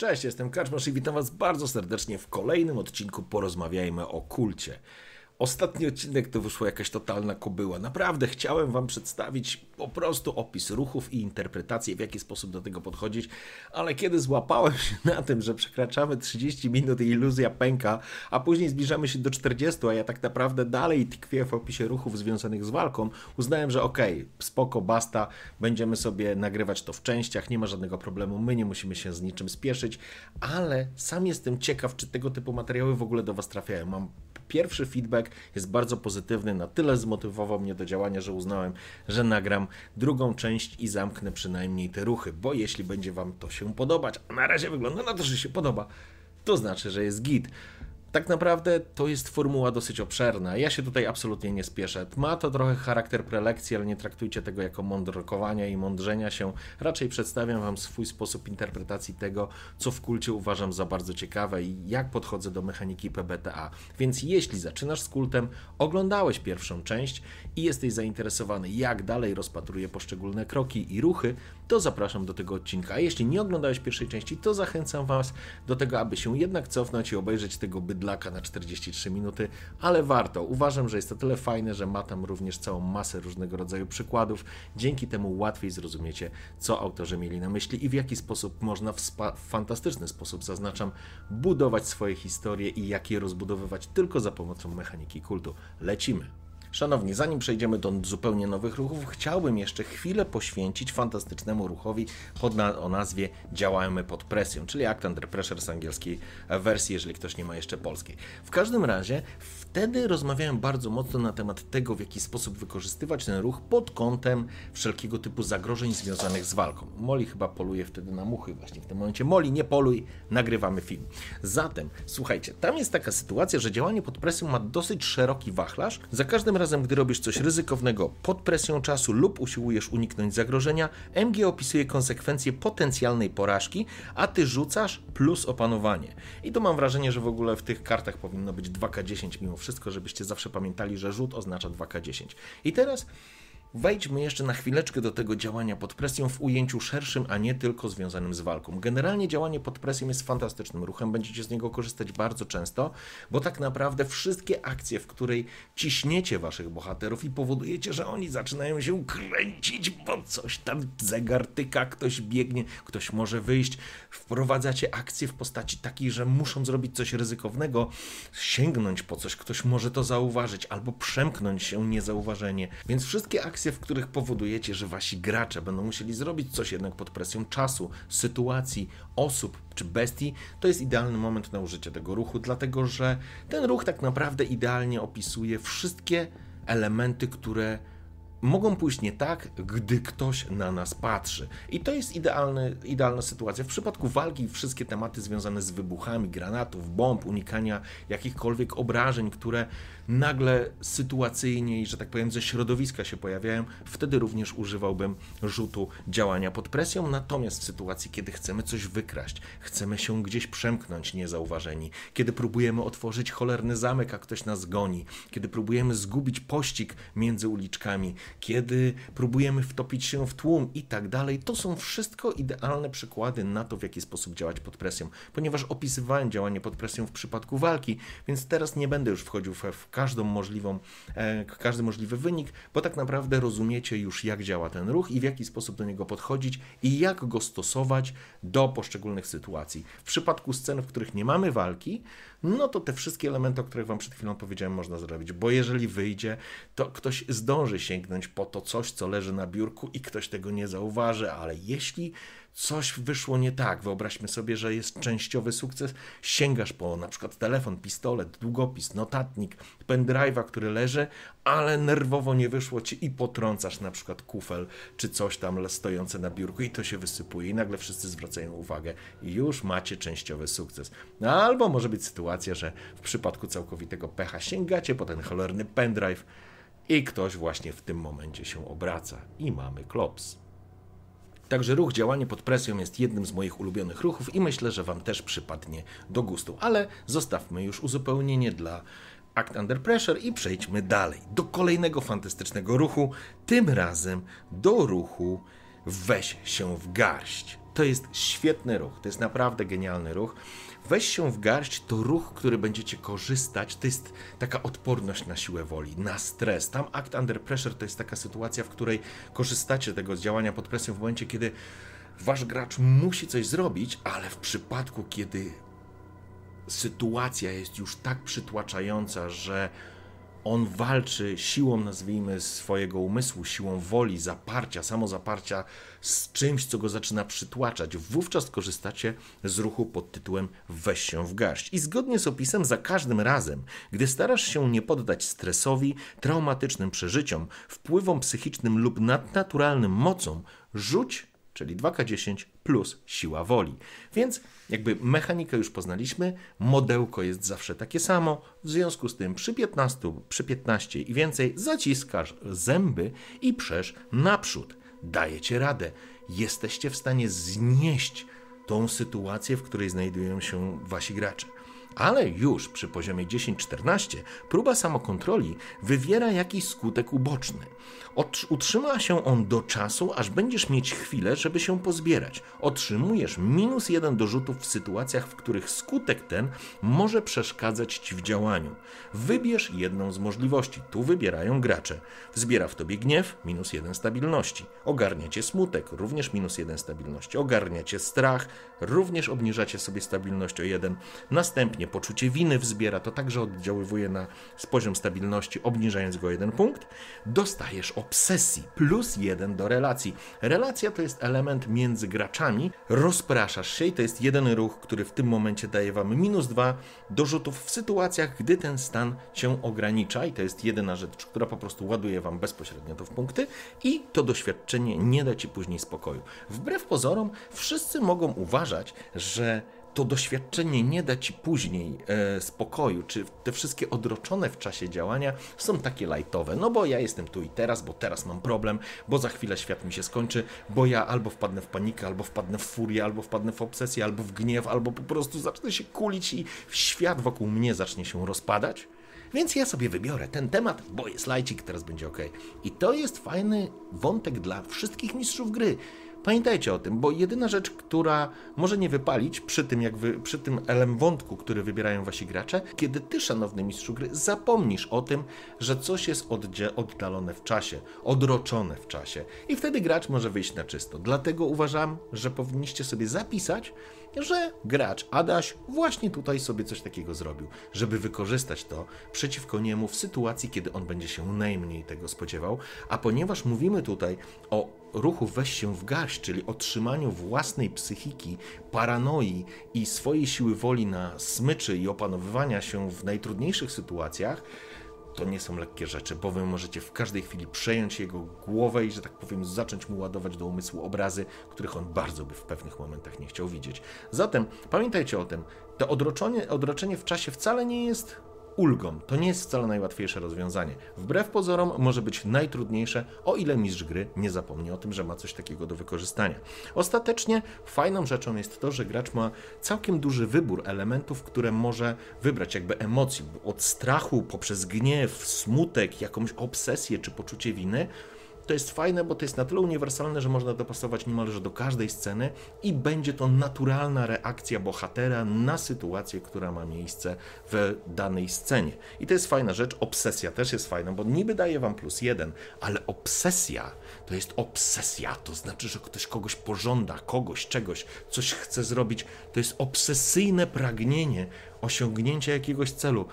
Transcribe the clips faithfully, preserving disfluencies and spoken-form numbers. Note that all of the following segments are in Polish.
Cześć, jestem Kaczmarz i witam Was bardzo serdecznie w kolejnym odcinku Porozmawiajmy o kulcie. Ostatni odcinek to wyszła jakaś totalna kobyła. Naprawdę chciałem Wam przedstawić po prostu opis ruchów i interpretację, w jaki sposób do tego podchodzić, ale kiedy złapałem się na tym, że przekraczamy trzydzieści minut i iluzja pęka, a później zbliżamy się do czterdziestu, a ja tak naprawdę dalej tkwię w opisie ruchów związanych z walką, uznałem, że okej, okay, spoko, basta, będziemy sobie nagrywać to w częściach, nie ma żadnego problemu, my nie musimy się z niczym spieszyć, ale sam jestem ciekaw, czy tego typu materiały w ogóle do Was trafiają. Mam Pierwszy feedback jest bardzo pozytywny, na tyle zmotywował mnie do działania, że uznałem, że nagram drugą część i zamknę przynajmniej te ruchy, bo jeśli będzie Wam to się podobać, a na razie wygląda na to, że się podoba, to znaczy, że jest git. Tak naprawdę to jest formuła dosyć obszerna. Ja się tutaj absolutnie nie spieszę. Ma to trochę charakter prelekcji, ale nie traktujcie tego jako mądrokowania i mądrzenia się. Raczej przedstawiam Wam swój sposób interpretacji tego, co w kulcie uważam za bardzo ciekawe i jak podchodzę do mechaniki P B T A. Więc jeśli zaczynasz z kultem, oglądałeś pierwszą część i jesteś zainteresowany, jak dalej rozpatruję poszczególne kroki i ruchy, to zapraszam do tego odcinka. A jeśli nie oglądałeś pierwszej części, to zachęcam Was do tego, aby się jednak cofnąć i obejrzeć tego bydlaka na czterdzieści trzy minuty, ale warto. Uważam, że jest to tyle fajne, że ma tam również całą masę różnego rodzaju przykładów. Dzięki temu łatwiej zrozumiecie, co autorzy mieli na myśli i w jaki sposób można w, spa- w fantastyczny sposób, zaznaczam, budować swoje historie i jak je rozbudowywać tylko za pomocą mechaniki kultu. Lecimy! Szanowni, zanim przejdziemy do zupełnie nowych ruchów, chciałbym jeszcze chwilę poświęcić fantastycznemu ruchowi pod na, o nazwie Działajmy pod presją, czyli Act Under Pressure z angielskiej wersji, jeżeli ktoś nie ma jeszcze polskiej. W każdym razie wtedy rozmawiałem bardzo mocno na temat tego, w jaki sposób wykorzystywać ten ruch pod kątem wszelkiego typu zagrożeń związanych z walką. Molly chyba poluje wtedy na muchy właśnie w tym momencie. Molly, nie poluj, nagrywamy film. Zatem, słuchajcie, tam jest taka sytuacja, że działanie pod presją ma dosyć szeroki wachlarz. Za każdym razem Razem, gdy robisz coś ryzykownego pod presją czasu lub usiłujesz uniknąć zagrożenia, M G opisuje konsekwencje potencjalnej porażki, a ty rzucasz plus opanowanie. I to mam wrażenie, że w ogóle w tych kartach powinno być dwa K dziesięć mimo wszystko, żebyście zawsze pamiętali, że rzut oznacza dwa K dziesięć. I teraz wejdźmy jeszcze na chwileczkę do tego działania pod presją w ujęciu szerszym, a nie tylko związanym z walką. Generalnie działanie pod presją jest fantastycznym ruchem, będziecie z niego korzystać bardzo często, bo tak naprawdę wszystkie akcje, w której ciśniecie waszych bohaterów i powodujecie, że oni zaczynają się kręcić, bo coś tam zegar tyka, ktoś biegnie, ktoś może wyjść, wprowadzacie akcje w postaci takiej, że muszą zrobić coś ryzykownego, sięgnąć po coś, ktoś może to zauważyć, albo przemknąć się niezauważenie, więc wszystkie akcje, w których powodujecie, że wasi gracze będą musieli zrobić coś jednak pod presją czasu, sytuacji, osób czy bestii, to jest idealny moment na użycie tego ruchu, dlatego że ten ruch tak naprawdę idealnie opisuje wszystkie elementy, które mogą pójść nie tak, gdy ktoś na nas patrzy. I to jest idealny, idealna sytuacja. W przypadku walki wszystkie tematy związane z wybuchami, granatów, bomb, unikania jakichkolwiek obrażeń, które nagle sytuacyjnie i, że tak powiem, ze środowiska się pojawiają, wtedy również używałbym rzutu działania pod presją. Natomiast w sytuacji, kiedy chcemy coś wykraść, chcemy się gdzieś przemknąć niezauważeni, kiedy próbujemy otworzyć cholerny zamek, a ktoś nas goni, kiedy próbujemy zgubić pościg między uliczkami, kiedy próbujemy wtopić się w tłum i tak dalej, to są wszystko idealne przykłady na to, w jaki sposób działać pod presją, ponieważ opisywałem działanie pod presją w przypadku walki, więc teraz nie będę już wchodził w, w każdą możliwą, e, każdy możliwy wynik, bo tak naprawdę rozumiecie już, jak działa ten ruch i w jaki sposób do niego podchodzić i jak go stosować do poszczególnych sytuacji. W przypadku scen, w których nie mamy walki, no to te wszystkie elementy, o których Wam przed chwilą powiedziałem, można zrobić, bo jeżeli wyjdzie, to ktoś zdąży sięgnąć po to coś, co leży na biurku i ktoś tego nie zauważy, ale jeśli coś wyszło nie tak, wyobraźmy sobie, że jest częściowy sukces, sięgasz po na przykład telefon, pistolet, długopis, notatnik, pendrive'a, który leży, ale nerwowo nie wyszło ci i potrącasz na przykład kufel czy coś tam stojące na biurku i to się wysypuje i nagle wszyscy zwracają uwagę i już macie częściowy sukces. No, albo może być sytuacja, że w przypadku całkowitego pecha sięgacie po ten cholerny pendrive i ktoś właśnie w tym momencie się obraca i mamy klops. Także ruch działanie pod presją jest jednym z moich ulubionych ruchów i myślę, że Wam też przypadnie do gustu, ale zostawmy już uzupełnienie dla Act Under Pressure i przejdźmy dalej do kolejnego fantastycznego ruchu, tym razem do ruchu Weź się w garść. To jest świetny ruch, to jest naprawdę genialny ruch. Weź się w garść to ruch, który będziecie korzystać, to jest taka odporność na siłę woli, na stres. Tam Act Under Pressure to jest taka sytuacja, w której korzystacie tego z działania pod presją w momencie, kiedy wasz gracz musi coś zrobić, ale w przypadku, kiedy sytuacja jest już tak przytłaczająca, że on walczy siłą, nazwijmy, swojego umysłu, siłą woli, zaparcia, samozaparcia z czymś, co go zaczyna przytłaczać. Wówczas korzystacie z ruchu pod tytułem weź się w garść. I zgodnie z opisem za każdym razem, gdy starasz się nie poddać stresowi, traumatycznym przeżyciom, wpływom psychicznym lub nadnaturalnym mocom, rzuć, czyli dwa K dziesięć plus siła woli. Więc jakby mechanikę już poznaliśmy, modełko jest zawsze takie samo, w związku z tym przy piętnastu, przy piętnaście i więcej zaciskasz zęby i przesz naprzód. Dajecie radę. Jesteście w stanie znieść tą sytuację, w której znajdują się wasi gracze. Ale już przy poziomie dziesięć czternaście próba samokontroli wywiera jakiś skutek uboczny. Utrzyma się on do czasu, aż będziesz mieć chwilę, żeby się pozbierać. Otrzymujesz minus jeden do rzutów w sytuacjach, w których skutek ten może przeszkadzać ci w działaniu. Wybierz jedną z możliwości. Tu wybierają gracze. Wzbiera w tobie gniew, minus jeden stabilności. Ogarnia cię smutek, również minus jeden stabilności. Ogarnia cię strach, również obniżacie sobie stabilność o jeden. Następnie poczucie winy wzbiera, to także oddziaływuje na poziom stabilności, obniżając go o jeden punkt. Dostajesz obsesji, plus jeden do relacji. Relacja to jest element między graczami, rozpraszasz się i to jest jeden ruch, który w tym momencie daje wam minus dwa do rzutów w sytuacjach, gdy ten stan się ogranicza i to jest jedyna rzecz, która po prostu ładuje wam bezpośrednio to w punkty i to doświadczenie nie da ci później spokoju. Wbrew pozorom wszyscy mogą uważać, że to doświadczenie nie da ci później e, spokoju, czy te wszystkie odroczone w czasie działania są takie lajtowe, no bo ja jestem tu i teraz, bo teraz mam problem, bo za chwilę świat mi się skończy, bo ja albo wpadnę w panikę, albo wpadnę w furię, albo wpadnę w obsesję, albo w gniew, albo po prostu zacznę się kulić i świat wokół mnie zacznie się rozpadać. Więc ja sobie wybiorę ten temat, bo jest lajcik, teraz będzie ok. I to jest fajny wątek dla wszystkich mistrzów gry. Pamiętajcie o tym, bo jedyna rzecz, która może nie wypalić przy tym, jak wy, przy tym elem wątku, który wybierają wasi gracze, kiedy ty, szanowny mistrzu gry, zapomnisz o tym, że coś jest oddzie- oddalone w czasie, odroczone w czasie i wtedy gracz może wyjść na czysto. Dlatego uważam, że powinniście sobie zapisać, że gracz Adaś właśnie tutaj sobie coś takiego zrobił, żeby wykorzystać to przeciwko niemu w sytuacji, kiedy on będzie się najmniej tego spodziewał, a ponieważ mówimy tutaj o ruchu weź się w garść, czyli otrzymaniu własnej psychiki, paranoi i swojej siły woli na smyczy i opanowywania się w najtrudniejszych sytuacjach, to nie są lekkie rzeczy, bowiem możecie w każdej chwili przejąć jego głowę i, że tak powiem, zacząć mu ładować do umysłu obrazy, których on bardzo by w pewnych momentach nie chciał widzieć. Zatem pamiętajcie o tym, to odroczenie, odroczenie w czasie wcale nie jest ulgą. To nie jest wcale najłatwiejsze rozwiązanie. Wbrew pozorom może być najtrudniejsze, o ile mistrz gry nie zapomni o tym, że ma coś takiego do wykorzystania. Ostatecznie fajną rzeczą jest to, że gracz ma całkiem duży wybór elementów, które może wybrać, jakby emocji, od strachu poprzez gniew, smutek, jakąś obsesję czy poczucie winy. To jest fajne, bo to jest na tyle uniwersalne, że można dopasować niemalże do każdej sceny i będzie to naturalna reakcja bohatera na sytuację, która ma miejsce w danej scenie. I to jest fajna rzecz. Obsesja też jest fajna, bo niby daje wam plus jeden, ale obsesja to jest obsesja, to znaczy, że ktoś kogoś pożąda, kogoś, czegoś, coś chce zrobić. To jest obsesyjne pragnienie osiągnięcia jakiegoś celu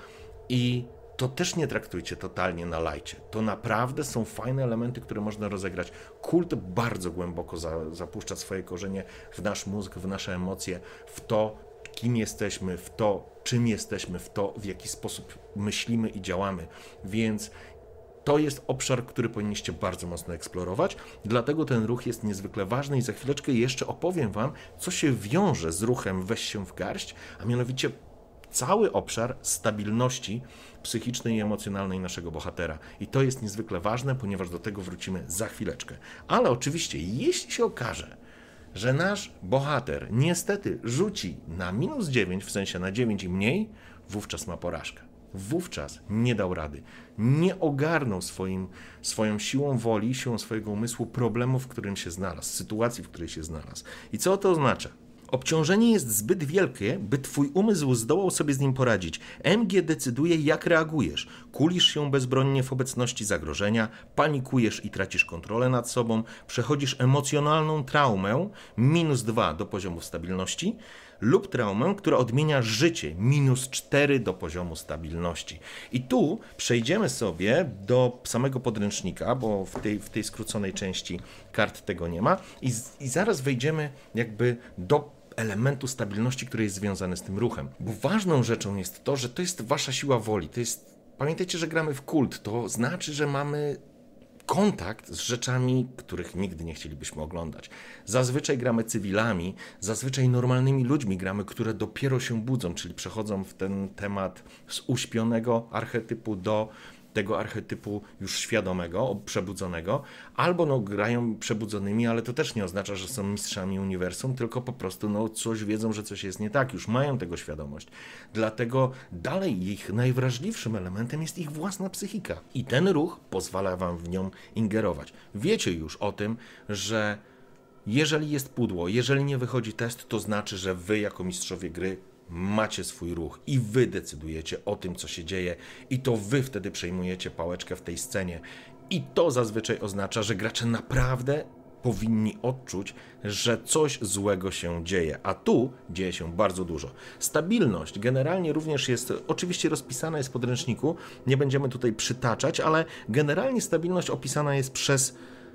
i to też nie traktujcie totalnie na lajcie. To naprawdę są fajne elementy, które można rozegrać. Kult bardzo głęboko za, zapuszcza swoje korzenie w nasz mózg, w nasze emocje, w to, kim jesteśmy, w to, czym jesteśmy, w to, w jaki sposób myślimy i działamy. Więc to jest obszar, który powinniście bardzo mocno eksplorować, dlatego ten ruch jest niezwykle ważny i za chwileczkę jeszcze opowiem wam, co się wiąże z ruchem weź się w garść, a mianowicie cały obszar stabilności psychicznej i emocjonalnej naszego bohatera. I to jest niezwykle ważne, ponieważ do tego wrócimy za chwileczkę. Ale oczywiście, jeśli się okaże, że nasz bohater niestety rzuci na minus dziewięć, w sensie na dziewięć i mniej, wówczas ma porażkę. wówczas nie dał rady. Nie ogarnął swoim, swoją siłą woli, siłą swojego umysłu problemu, w którym się znalazł, sytuacji, w której się znalazł. I co to oznacza? Obciążenie jest zbyt wielkie, by twój umysł zdołał sobie z nim poradzić. M G decyduje, jak reagujesz. Kulisz się bezbronnie w obecności zagrożenia, panikujesz i tracisz kontrolę nad sobą, przechodzisz emocjonalną traumę, minus dwa do poziomu stabilności, lub traumę, która odmienia życie, minus cztery do poziomu stabilności. I tu przejdziemy sobie do samego podręcznika, bo w tej, w tej skróconej części kart tego nie ma i, i zaraz wejdziemy jakby do elementu stabilności, który jest związany z tym ruchem. Bo ważną rzeczą jest to, że to jest wasza siła woli. To jest, pamiętajcie, że gramy w kult. To znaczy, że mamy kontakt z rzeczami, których nigdy nie chcielibyśmy oglądać. Zazwyczaj gramy cywilami, zazwyczaj normalnymi ludźmi gramy, które dopiero się budzą, czyli przechodzą w ten temat z uśpionego archetypu do tego archetypu już świadomego, przebudzonego, albo no, grają przebudzonymi, ale to też nie oznacza, że są mistrzami uniwersum, tylko po prostu no, coś wiedzą, że coś jest nie tak, już mają tego świadomość. Dlatego dalej ich najwrażliwszym elementem jest ich własna psychika. I ten ruch pozwala wam w nią ingerować. Wiecie już o tym, że jeżeli jest pudło, jeżeli nie wychodzi test, to znaczy, że wy jako mistrzowie gry macie swój ruch i wy decydujecie o tym, co się dzieje i to wy wtedy przejmujecie pałeczkę w tej scenie. I to zazwyczaj oznacza, że gracze naprawdę powinni odczuć, że coś złego się dzieje, a tu dzieje się bardzo dużo. Stabilność generalnie również jest, oczywiście rozpisana jest w podręczniku, nie będziemy tutaj przytaczać, ale generalnie stabilność opisana jest przez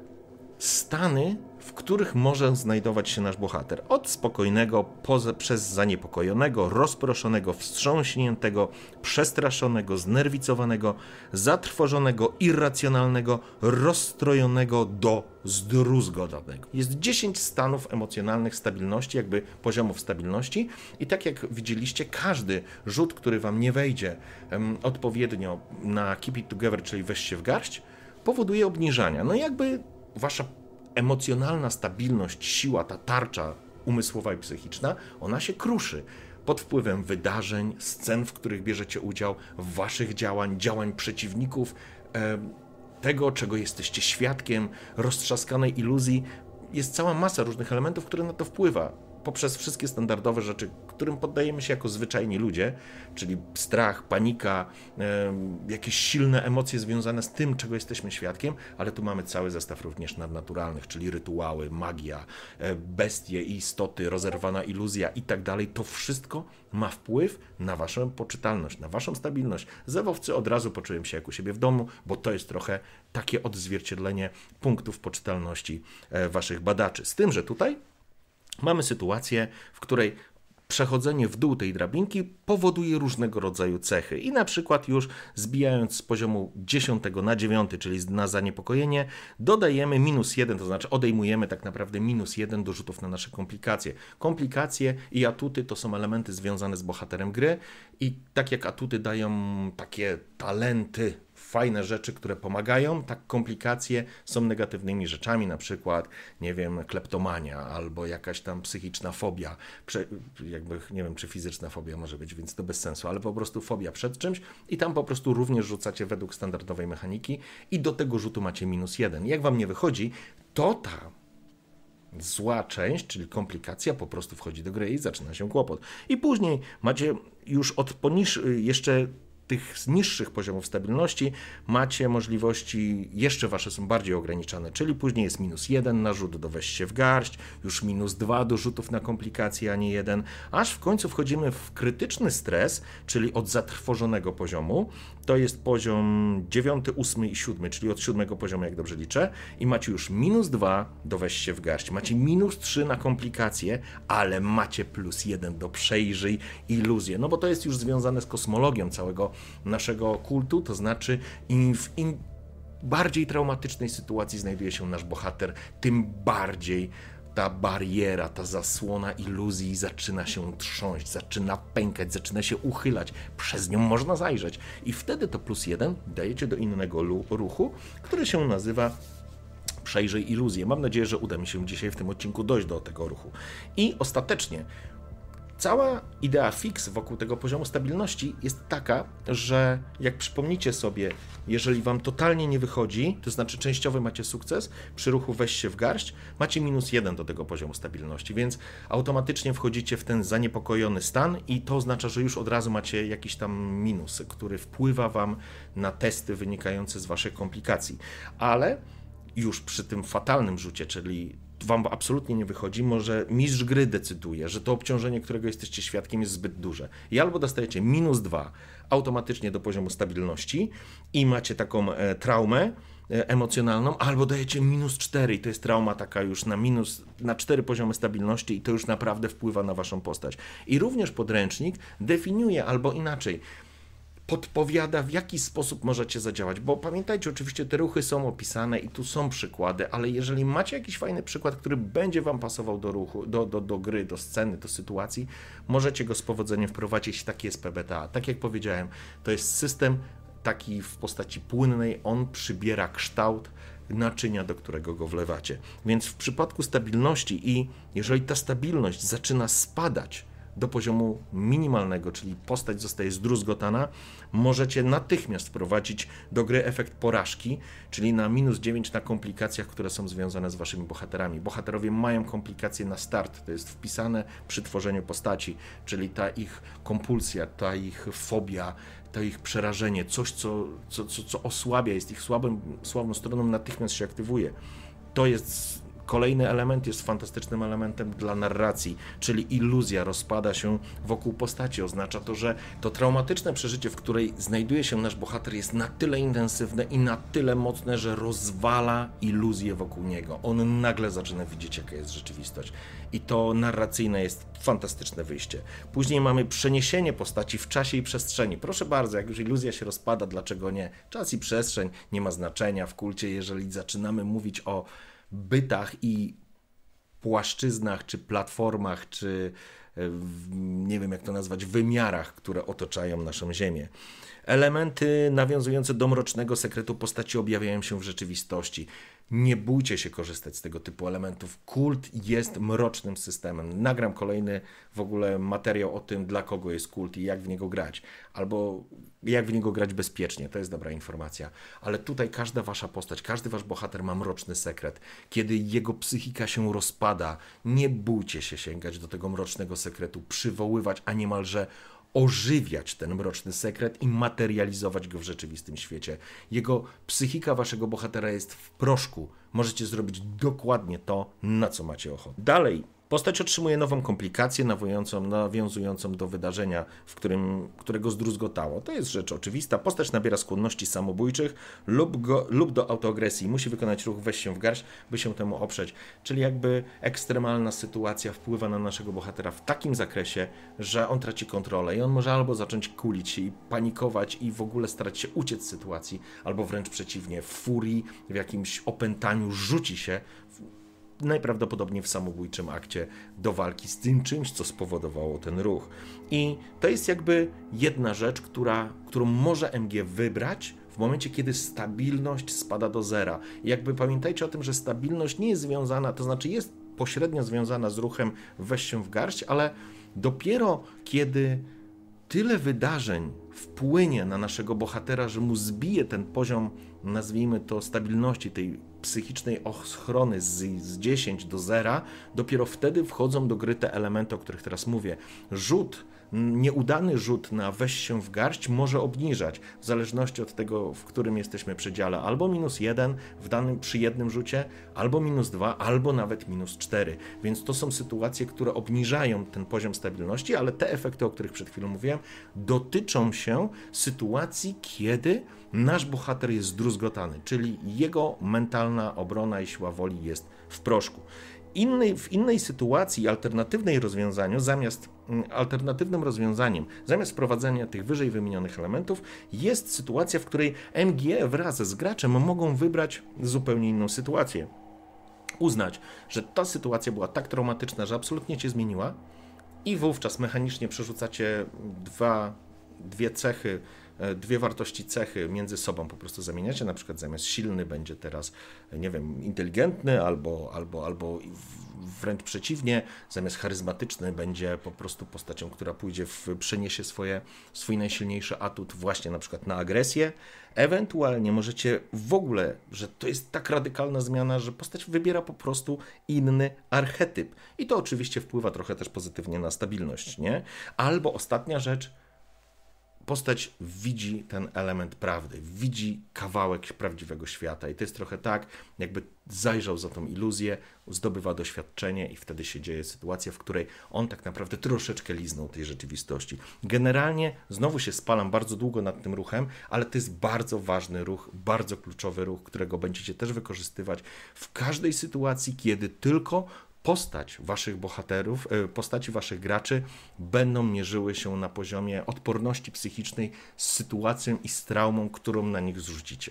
stany, w których może znajdować się nasz bohater. Od spokojnego, poza, przez zaniepokojonego, rozproszonego, wstrząśniętego, przestraszonego, znerwicowanego, zatrwożonego, irracjonalnego, rozstrojonego do zdruzgotanego. Jest dziesięć stanów emocjonalnych stabilności, jakby poziomów stabilności i tak jak widzieliście, każdy rzut, który wam nie wejdzie um, odpowiednio na keep it together, czyli weź się w garść, powoduje obniżania. No jakby wasza emocjonalna stabilność, siła, ta tarcza umysłowa i psychiczna, ona się kruszy pod wpływem wydarzeń, scen, w których bierzecie udział, waszych działań, działań przeciwników, e, tego, czego jesteście świadkiem, roztrzaskanej iluzji. Jest cała masa różnych elementów, które na to wpływa. Poprzez wszystkie standardowe rzeczy, którym poddajemy się jako zwyczajni ludzie, czyli strach, panika, e, jakieś silne emocje związane z tym, czego jesteśmy świadkiem, ale tu mamy cały zestaw również nadnaturalnych, czyli rytuały, magia, e, bestie, istoty, rozerwana iluzja i tak dalej. To wszystko ma wpływ na waszą poczytalność, na waszą stabilność. Zewowcy od razu poczują się jak u siebie w domu, bo to jest trochę takie odzwierciedlenie punktów poczytalności e, waszych badaczy. Z tym, że tutaj mamy sytuację, w której przechodzenie w dół tej drabinki powoduje różnego rodzaju cechy i na przykład już zbijając z poziomu dziesiątego na dziewiąty, czyli na zaniepokojenie, dodajemy minus jeden, to znaczy odejmujemy tak naprawdę minus jeden do rzutów na nasze komplikacje. Komplikacje i atuty to są elementy związane z bohaterem gry i tak jak atuty dają takie talenty, fajne rzeczy, które pomagają, tak komplikacje są negatywnymi rzeczami, na przykład, nie wiem, kleptomania albo jakaś tam psychiczna fobia, prze, jakby, nie wiem, czy fizyczna fobia może być, więc to bez sensu, ale po prostu fobia przed czymś i tam po prostu również rzucacie według standardowej mechaniki i do tego rzutu macie minus jeden. Jak wam nie wychodzi, to ta zła część, czyli komplikacja, po prostu wchodzi do gry i zaczyna się kłopot. I później macie już od poniż jeszcze tych z niższych poziomów stabilności macie możliwości, jeszcze wasze są bardziej ograniczane, czyli później jest minus jeden na rzut do weź się w garść, już minus dwa do rzutów na komplikacje, a nie jeden, aż w końcu wchodzimy w krytyczny stres, czyli od zatrwożonego poziomu, to jest poziom dziewiąty, ósmy i siódmy, czyli od siódmego poziomu, jak dobrze liczę, i macie już minus dwa do weź się w garść, macie minus trzy na komplikacje, ale macie plus jeden do przejrzyj iluzję, no bo to jest już związane z kosmologią całego naszego kultu, to znaczy im w im bardziej traumatycznej sytuacji znajduje się nasz bohater, tym bardziej ta bariera, ta zasłona iluzji zaczyna się trząść, zaczyna pękać, zaczyna się uchylać, przez nią można zajrzeć i wtedy to plus jeden dajecie do innego ruchu, który się nazywa przejrzyj iluzję. Mam nadzieję, że uda mi się dzisiaj w tym odcinku dojść do tego ruchu. I ostatecznie Cała idea fix wokół tego poziomu stabilności jest taka, że jak przypomnicie sobie, jeżeli wam totalnie nie wychodzi, to znaczy częściowy macie sukces, przy ruchu weź się w garść, macie minus jeden do tego poziomu stabilności, więc automatycznie wchodzicie w ten zaniepokojony stan i to oznacza, że już od razu macie jakiś tam minus, który wpływa wam na testy wynikające z waszych komplikacji. Ale już przy tym fatalnym rzucie, czyli wam absolutnie nie wychodzi, może mistrz gry decyduje, że to obciążenie, którego jesteście świadkiem, jest zbyt duże. I albo dostajecie minus dwa automatycznie do poziomu stabilności i macie taką e, traumę e, emocjonalną, albo dajecie minus cztery i to jest trauma taka już na minus, na cztery poziomy stabilności i to już naprawdę wpływa na waszą postać. I również podręcznik definiuje albo inaczej, podpowiada, w jaki sposób możecie zadziałać, bo pamiętajcie, oczywiście te ruchy są opisane i tu są przykłady, ale jeżeli macie jakiś fajny przykład, który będzie wam pasował do ruchu, do, do, do gry, do sceny, do sytuacji, możecie go z powodzeniem wprowadzić. Taki jest P B T A. Tak jak powiedziałem, to jest system taki w postaci płynnej, on przybiera kształt naczynia, do którego go wlewacie. Więc w przypadku stabilności i jeżeli ta stabilność zaczyna spadać do poziomu minimalnego, czyli postać zostaje zdruzgotana, możecie natychmiast wprowadzić do gry efekt porażki, czyli na minus dziewięć na komplikacjach, które są związane z waszymi bohaterami. Bohaterowie mają komplikacje na start, to jest wpisane przy tworzeniu postaci, czyli ta ich kompulsja, ta ich fobia, to ich przerażenie, coś, co, co, co, co osłabia, jest ich słabym, słabą stroną, natychmiast się aktywuje. To jest kolejny element, jest fantastycznym elementem dla narracji, czyli iluzja rozpada się wokół postaci. Oznacza to, że to traumatyczne przeżycie, w której znajduje się nasz bohater, jest na tyle intensywne i na tyle mocne, że rozwala iluzję wokół niego. On nagle zaczyna widzieć, jaka jest rzeczywistość. I to narracyjne jest fantastyczne wyjście. Później mamy przeniesienie postaci w czasie i przestrzeni. Proszę bardzo, jak już iluzja się rozpada, dlaczego nie? Czas i przestrzeń nie ma znaczenia w kulcie, jeżeli zaczynamy mówić o bytach i płaszczyznach, czy platformach, czy nie wiem jak to nazwać, wymiarach, które otaczają naszą Ziemię. Elementy nawiązujące do mrocznego sekretu postaci objawiają się w rzeczywistości. Nie bójcie się korzystać z tego typu elementów. Kult jest mrocznym systemem. Nagram kolejny w ogóle materiał o tym, dla kogo jest kult i jak w niego grać. Albo jak w niego grać bezpiecznie. To jest dobra informacja. Ale tutaj każda wasza postać, każdy wasz bohater ma mroczny sekret. Kiedy jego psychika się rozpada, nie bójcie się sięgać do tego mrocznego sekretu, przywoływać, a niemalże ożywiać ten mroczny sekret i materializować go w rzeczywistym świecie. Jego psychika waszego bohatera jest w proszku. Możecie zrobić dokładnie to, na co macie ochotę. Dalej, postać otrzymuje nową komplikację nawiązującą, nawiązującą do wydarzenia, w którym, którego zdruzgotało. To jest rzecz oczywista. Postać nabiera skłonności samobójczych lub, go, lub do autoagresji. Musi wykonać ruch weź się w garść, by się temu oprzeć. Czyli jakby ekstremalna sytuacja wpływa na naszego bohatera w takim zakresie, że on traci kontrolę i on może albo zacząć kulić się i panikować i w ogóle starać się uciec z sytuacji, albo wręcz przeciwnie, w furii, w jakimś opętaniu rzuci się w, najprawdopodobniej w samobójczym akcie do walki z tym czymś, co spowodowało ten ruch. I to jest jakby jedna rzecz, która, którą może M G wybrać w momencie, kiedy stabilność spada do zera. I jakby pamiętajcie o tym, że stabilność nie jest związana, to znaczy jest pośrednio związana z ruchem weź się w garść, ale dopiero kiedy tyle wydarzeń wpłynie na naszego bohatera, że mu zbije ten poziom, nazwijmy to, stabilności, tej psychicznej ochrony z, z dziesięć do zera, dopiero wtedy wchodzą do gry te elementy, o których teraz mówię. Rzut, nieudany rzut na weź się w garść może obniżać, w zależności od tego, w którym jesteśmy przedziale, albo minus jeden w danym, przy jednym rzucie, albo minus dwa, albo nawet minus cztery. Więc to są sytuacje, które obniżają ten poziom stabilności, ale te efekty, o których przed chwilą mówiłem, dotyczą się sytuacji, kiedy nasz bohater jest zdruzgotany, czyli jego mentalna obrona i siła woli jest w proszku. Innej, w innej sytuacji, alternatywnej rozwiązaniu, zamiast alternatywnym rozwiązaniem, zamiast wprowadzenia tych wyżej wymienionych elementów, jest sytuacja, w której M G wraz z graczem mogą wybrać zupełnie inną sytuację. Uznać, że ta sytuacja była tak traumatyczna, że absolutnie cię zmieniła i wówczas mechanicznie przerzucacie dwa, dwie cechy dwie wartości cechy między sobą po prostu zamieniacie, na przykład zamiast silny będzie teraz, nie wiem, inteligentny albo, albo, albo wręcz przeciwnie, zamiast charyzmatyczny będzie po prostu postacią, która pójdzie w, przeniesie swoje, swój najsilniejszy atut właśnie na przykład na agresję. Ewentualnie możecie w ogóle, że to jest tak radykalna zmiana, że postać wybiera po prostu inny archetyp. I to oczywiście wpływa trochę też pozytywnie na stabilność, nie? Albo ostatnia rzecz, postać widzi ten element prawdy, widzi kawałek prawdziwego świata i to jest trochę tak, jakby zajrzał za tą iluzję, zdobywa doświadczenie i wtedy się dzieje sytuacja, w której on tak naprawdę troszeczkę liznął tej rzeczywistości. Generalnie znowu się spalam bardzo długo nad tym ruchem, ale to jest bardzo ważny ruch, bardzo kluczowy ruch, którego będziecie też wykorzystywać w każdej sytuacji, kiedy tylko postać waszych bohaterów, postaci waszych graczy będą mierzyły się na poziomie odporności psychicznej z sytuacją i z traumą, którą na nich zrzucicie.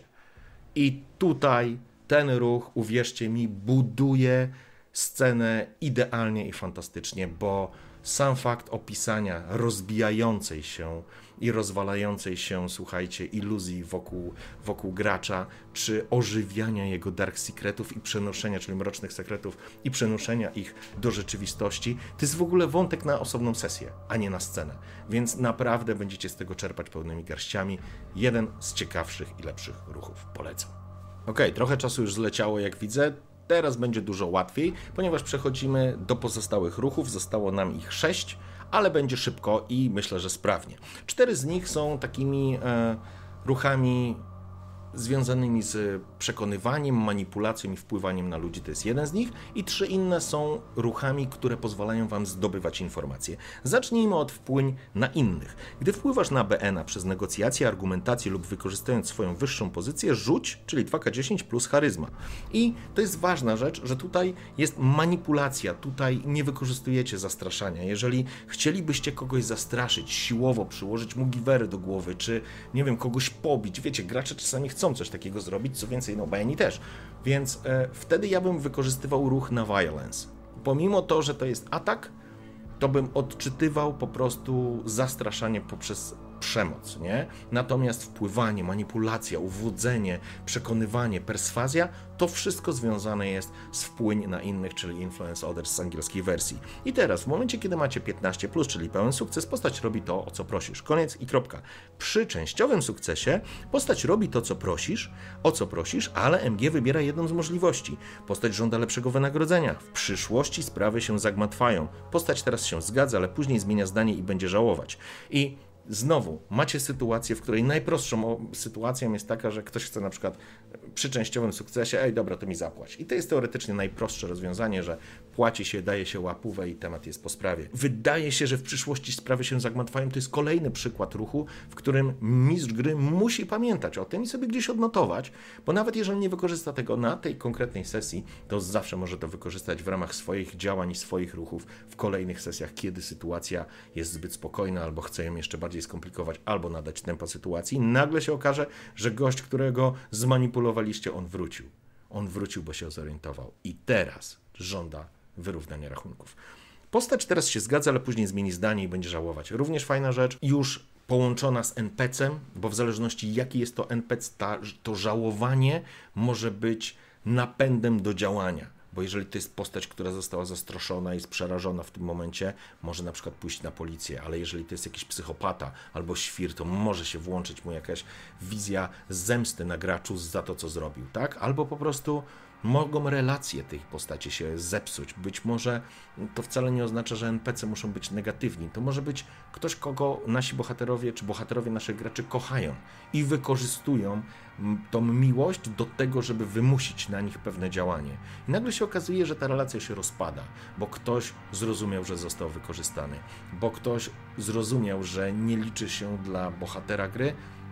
I tutaj ten ruch, uwierzcie mi, buduje scenę idealnie i fantastycznie, bo sam fakt opisania rozbijającej się i rozwalającej się, słuchajcie, iluzji wokół, wokół gracza, czy ożywiania jego dark secretów i przenoszenia, czyli mrocznych sekretów i przenoszenia ich do rzeczywistości, to jest w ogóle wątek na osobną sesję, a nie na scenę. Więc naprawdę będziecie z tego czerpać pełnymi garściami. Jeden z ciekawszych i lepszych ruchów. Polecam. Ok, trochę czasu już zleciało, jak widzę. Teraz będzie dużo łatwiej, ponieważ przechodzimy do pozostałych ruchów. Zostało nam ich sześć, ale będzie szybko i myślę, że sprawnie. Cztery z nich są takimi e, ruchami związanymi z przekonywaniem, manipulacją i wpływaniem na ludzi. To jest jeden z nich i trzy inne są ruchami, które pozwalają wam zdobywać informacje. Zacznijmy od wpłyń na innych. Gdy wpływasz na B N a przez negocjacje, argumentację lub wykorzystując swoją wyższą pozycję, rzuć, czyli dwa K dziesięć plus charyzma. I to jest ważna rzecz, że tutaj jest manipulacja, tutaj nie wykorzystujecie zastraszania. Jeżeli chcielibyście kogoś zastraszyć, siłowo przyłożyć mu giwery do głowy, czy nie wiem, kogoś pobić, wiecie, gracze czasami chcą coś takiego zrobić, co więcej, no B N I też. Więc e, wtedy ja bym wykorzystywał ruch na violence. Pomimo to, że to jest atak, to bym odczytywał po prostu zastraszanie poprzez przemoc, nie? Natomiast wpływanie, manipulacja, uwodzenie, przekonywanie, perswazja, to wszystko związane jest z wpłyń na innych, czyli influence others z angielskiej wersji. I teraz, w momencie, kiedy macie piętnaście plus, czyli pełen sukces, postać robi to, o co prosisz. Koniec i kropka. Przy częściowym sukcesie postać robi to, co prosisz, o co prosisz, ale M G wybiera jedną z możliwości. Postać żąda lepszego wynagrodzenia. W przyszłości sprawy się zagmatwają. Postać teraz się zgadza, ale później zmienia zdanie i będzie żałować. I znowu, macie sytuację, w której najprostszą sytuacją jest taka, że ktoś chce na przykład przy częściowym sukcesie, ej dobra, to mi zapłać. I to jest teoretycznie najprostsze rozwiązanie, że płaci się, daje się łapówę i temat jest po sprawie. Wydaje się, że w przyszłości sprawy się zagmatwają. To jest kolejny przykład ruchu, w którym mistrz gry musi pamiętać o tym i sobie gdzieś odnotować, bo nawet jeżeli nie wykorzysta tego na tej konkretnej sesji, to zawsze może to wykorzystać w ramach swoich działań i swoich ruchów w kolejnych sesjach, kiedy sytuacja jest zbyt spokojna albo chce ją jeszcze bardziej skomplikować albo nadać tempa sytuacji. Nagle się okaże, że gość, którego zmanipulowaliście, on wrócił. On wrócił, bo się zorientował i teraz żąda wyrównania rachunków. Postać teraz się zgadza, ale później zmieni zdanie i będzie żałować. Również fajna rzecz, już połączona z en pe ce em, bo w zależności jaki jest to en pe ce, ta, to żałowanie może być napędem do działania. Bo jeżeli to jest postać, która została zastroszona i jest przerażona w tym momencie, może na przykład pójść na policję, ale jeżeli to jest jakiś psychopata albo świr, to może się włączyć mu jakaś wizja zemsty na graczu za to, co zrobił, tak? Albo po prostu mogą relacje tych postaci się zepsuć. Być może to wcale nie oznacza, że en pe ce muszą być negatywni. To może być ktoś, kogo nasi bohaterowie czy bohaterowie naszych graczy kochają i wykorzystują tą miłość do tego, żeby wymusić na nich pewne działanie. I nagle się okazuje, że ta relacja się rozpada, bo ktoś zrozumiał, że został wykorzystany, bo ktoś zrozumiał, że nie liczy się dla bohatera gry,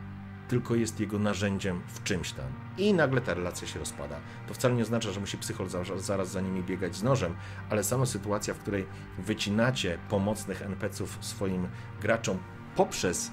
tylko jest jego narzędziem w czymś tam. I nagle ta relacja się rozpada. To wcale nie oznacza, że musi psychol zaraz za nimi biegać z nożem, ale sama sytuacja, w której wycinacie pomocnych en pe ce ów swoim graczom poprzez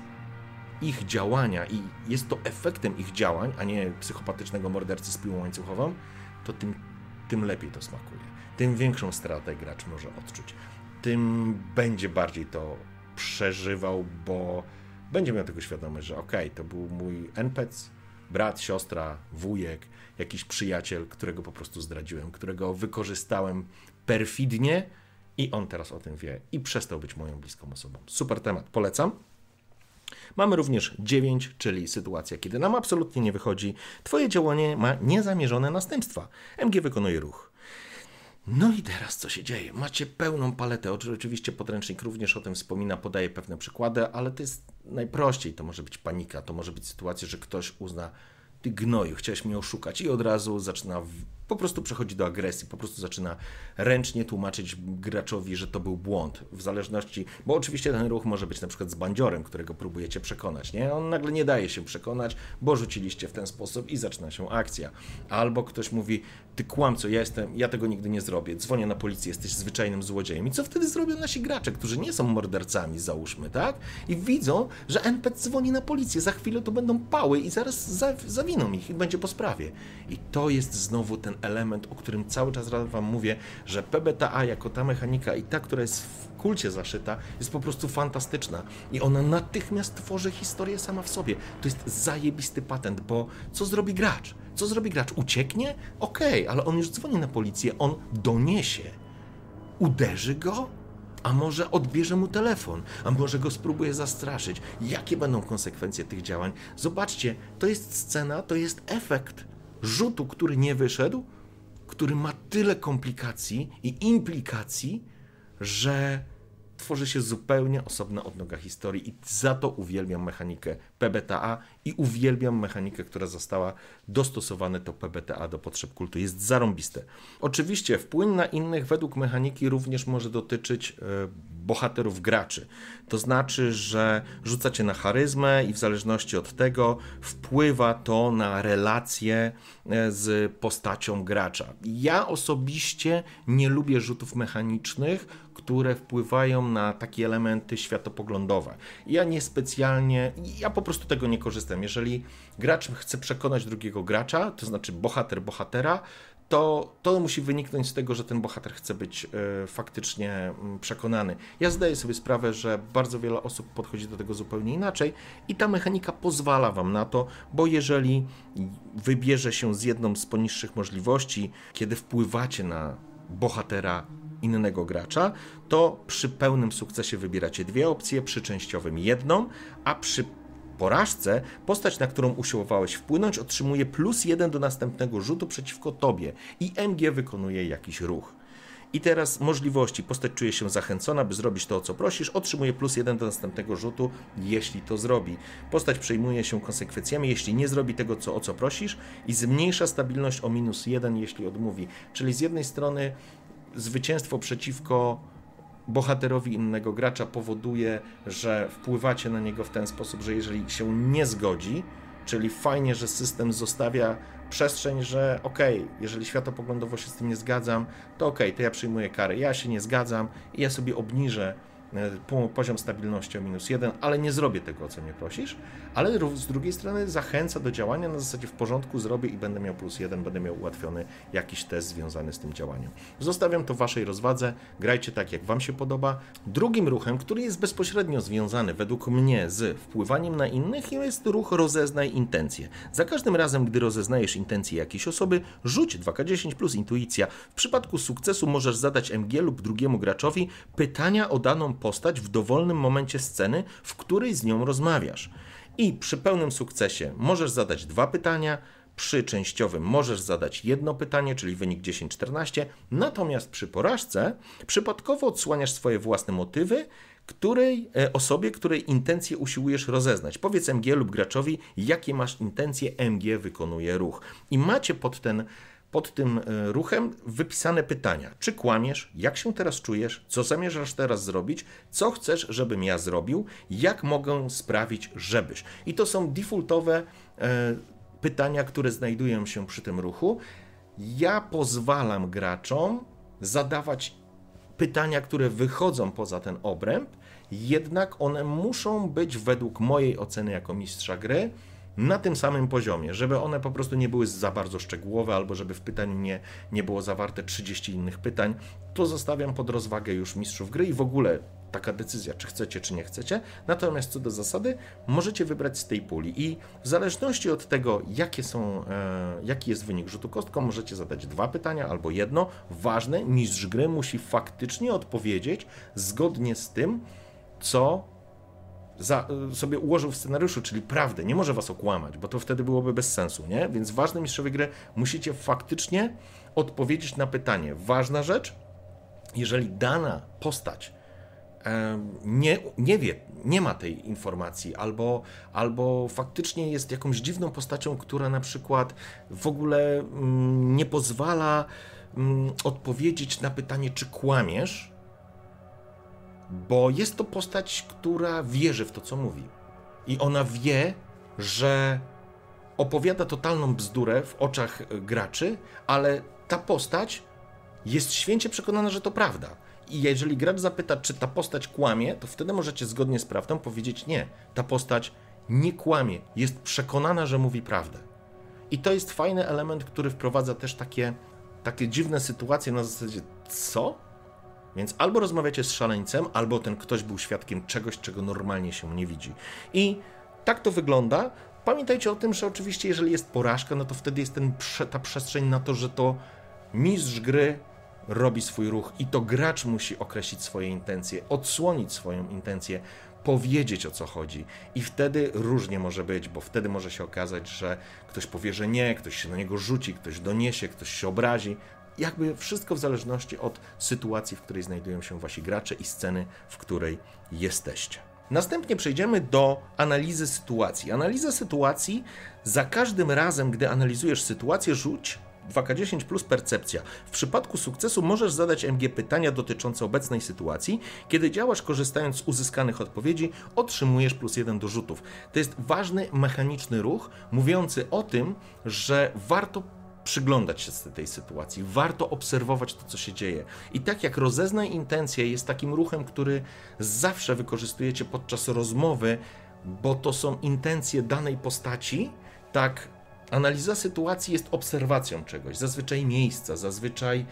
ich działania i jest to efektem ich działań, a nie psychopatycznego mordercy z piłą łańcuchową, to tym, tym lepiej to smakuje. Tym większą stratę gracz może odczuć. Tym będzie bardziej to przeżywał, bo będzie miał tego świadomość, że okej, okay, to był mój N P C, brat, siostra, wujek, jakiś przyjaciel, którego po prostu zdradziłem, którego wykorzystałem perfidnie i on teraz o tym wie i przestał być moją bliską osobą. Super temat, polecam. Mamy również dziewięć, czyli sytuacja, kiedy nam absolutnie nie wychodzi. Twoje działanie ma niezamierzone następstwa. M G wykonuje ruch. No i teraz co się dzieje? Macie pełną paletę. Oczywiście podręcznik również o tym wspomina, podaje pewne przykłady, ale to jest najprościej. To może być panika, to może być sytuacja, że ktoś uzna: ty gnoju, chciałeś mnie oszukać, i od razu zaczyna, w... po prostu przechodzi do agresji, po prostu zaczyna ręcznie tłumaczyć graczowi, że to był błąd, w zależności, bo oczywiście ten ruch może być na przykład z bandziorem, którego próbujecie przekonać, nie? On nagle nie daje się przekonać, bo rzuciliście w ten sposób i zaczyna się akcja. Albo ktoś mówi: ty kłamco, ja jestem, ja tego nigdy nie zrobię, dzwonię na policję, jesteś zwyczajnym złodziejem. I co wtedy zrobią nasi gracze, którzy nie są mordercami, załóżmy, tak? I widzą, że N P C dzwoni na policję, za chwilę to będą pały i zaraz zawiną ich i będzie po sprawie. I to jest znowu ten element, o którym cały czas wam mówię, że P B T A jako ta mechanika i ta, która jest w kulcie zaszyta, jest po prostu fantastyczna. I ona natychmiast tworzy historię sama w sobie. To jest zajebisty patent, bo co zrobi gracz? Co zrobi gracz? Ucieknie? Okej, okay, ale on już dzwoni na policję, on doniesie. Uderzy go? A może odbierze mu telefon? A może go spróbuje zastraszyć? Jakie będą konsekwencje tych działań? Zobaczcie, to jest scena, to jest efekt rzutu, który nie wyszedł, który ma tyle komplikacji i implikacji, że tworzy się zupełnie osobna odnoga historii i za to uwielbiam mechanikę P B T A i uwielbiam mechanikę, która została dostosowana do P B T A, do potrzeb kultu. Jest zarąbiste. Oczywiście wpływ na innych według mechaniki również może dotyczyć e, bohaterów graczy. To znaczy, że rzucacie na charyzmę i w zależności od tego wpływa to na relacje z postacią gracza. Ja osobiście nie lubię rzutów mechanicznych, które wpływają na takie elementy światopoglądowe. Ja niespecjalnie, ja po prostu tego nie korzystam. Jeżeli gracz chce przekonać drugiego gracza, to znaczy bohater bohatera, to to musi wyniknąć z tego, że ten bohater chce być y, faktycznie y, przekonany. Ja zdaję sobie sprawę, że bardzo wiele osób podchodzi do tego zupełnie inaczej i ta mechanika pozwala wam na to, bo jeżeli wybierze się z jedną z poniższych możliwości, kiedy wpływacie na bohatera innego gracza, to przy pełnym sukcesie wybieracie dwie opcje, przy częściowym jedną, a przy porażce postać, na którą usiłowałeś wpłynąć, otrzymuje plus jeden do następnego rzutu przeciwko tobie i M G wykonuje jakiś ruch. I teraz możliwości. Postać czuje się zachęcona, by zrobić to, o co prosisz, otrzymuje plus jeden do następnego rzutu, jeśli to zrobi. Postać przejmuje się konsekwencjami, jeśli nie zrobi tego, co, o co prosisz, i zmniejsza stabilność o minus jeden, jeśli odmówi. Czyli z jednej strony zwycięstwo przeciwko bohaterowi innego gracza powoduje, że wpływacie na niego w ten sposób, że jeżeli się nie zgodzi, czyli fajnie, że system zostawia przestrzeń, że okej, okay, jeżeli światopoglądowo się z tym nie zgadzam, to okej, okay, to ja przyjmuję karę, ja się nie zgadzam i ja sobie obniżę poziom stabilności o minus jeden, ale nie zrobię tego, o co mnie prosisz, ale z drugiej strony zachęca do działania na zasadzie w porządku, zrobię i będę miał plus jeden, będę miał ułatwiony jakiś test związany z tym działaniem. Zostawiam to waszej rozwadze, grajcie tak, jak wam się podoba. Drugim ruchem, który jest bezpośrednio związany według mnie z wpływaniem na innych, jest ruch rozeznaj intencje. Za każdym razem, gdy rozeznajesz intencje jakiejś osoby, rzuć dwa K dziesięć plus intuicja. W przypadku sukcesu możesz zadać M G lub drugiemu graczowi pytania o daną postać w dowolnym momencie sceny, w której z nią rozmawiasz. I przy pełnym sukcesie możesz zadać dwa pytania, przy częściowym możesz zadać jedno pytanie, czyli wynik dziesięć czternaście, natomiast przy porażce przypadkowo odsłaniasz swoje własne motywy, której osobie, której intencje usiłujesz rozeznać. Powiedz M G lub graczowi, jakie masz intencje, M G wykonuje ruch. I macie pod ten Pod tym ruchem wypisane pytania. Czy kłamiesz? Jak się teraz czujesz? Co zamierzasz teraz zrobić? Co chcesz, żebym ja zrobił? Jak mogę sprawić, żebyś? I to są defaultowe e, pytania, które znajdują się przy tym ruchu. Ja pozwalam graczom zadawać pytania, które wychodzą poza ten obręb, jednak one muszą być według mojej oceny jako mistrza gry na tym samym poziomie, żeby one po prostu nie były za bardzo szczegółowe, albo żeby w pytaniu nie, nie było zawarte trzydzieści innych pytań, to zostawiam pod rozwagę już mistrzów gry i w ogóle taka decyzja, czy chcecie, czy nie chcecie. Natomiast co do zasady, możecie wybrać z tej puli i w zależności od tego, jakie są, e, jaki jest wynik rzutu kostką, możecie zadać dwa pytania albo jedno. Ważne, mistrz gry musi faktycznie odpowiedzieć zgodnie z tym, co za, sobie ułożył w scenariuszu, czyli prawdę. Nie może was okłamać, bo to wtedy byłoby bez sensu, nie? Więc ważne, mistrzowie gry, musicie faktycznie odpowiedzieć na pytanie. Ważna rzecz, jeżeli dana postać Nie, nie wie, nie ma tej informacji, albo, albo faktycznie jest jakąś dziwną postacią, która na przykład w ogóle mm, nie pozwala mm, odpowiedzieć na pytanie, czy kłamiesz, bo jest to postać, która wierzy w to, co mówi. I ona wie, że opowiada totalną bzdurę w oczach graczy, ale ta postać jest święcie przekonana, że to prawda. I jeżeli gracz zapyta, czy ta postać kłamie, to wtedy możecie zgodnie z prawdą powiedzieć nie. Ta postać nie kłamie, jest przekonana, że mówi prawdę. I to jest fajny element, który wprowadza też takie, takie dziwne sytuacje na zasadzie co? Więc albo rozmawiacie z szaleńcem, albo ten ktoś był świadkiem czegoś, czego normalnie się nie widzi. I tak to wygląda. Pamiętajcie o tym, że oczywiście jeżeli jest porażka, no to wtedy jest ten, ta przestrzeń na to, że to mistrz gry robi swój ruch i to gracz musi określić swoje intencje, odsłonić swoją intencję, powiedzieć, o co chodzi. I wtedy różnie może być, bo wtedy może się okazać, że ktoś powie, że nie, ktoś się na niego rzuci, ktoś doniesie, ktoś się obrazi. Jakby wszystko w zależności od sytuacji, w której znajdują się wasi gracze i sceny, w której jesteście. Następnie przejdziemy do analizy sytuacji. Analiza sytuacji, za każdym razem, gdy analizujesz sytuację, rzuć dwa K dziesięć plus percepcja. W przypadku sukcesu możesz zadać M G pytania dotyczące obecnej sytuacji. Kiedy działasz korzystając z uzyskanych odpowiedzi, otrzymujesz plus jeden do rzutów. To jest ważny, mechaniczny ruch, mówiący o tym, że warto przyglądać się tej sytuacji, warto obserwować to, co się dzieje. I tak jak rozeznaj intencje jest takim ruchem, który zawsze wykorzystujecie podczas rozmowy, bo to są intencje danej postaci, tak analiza sytuacji jest obserwacją czegoś, zazwyczaj miejsca, zazwyczaj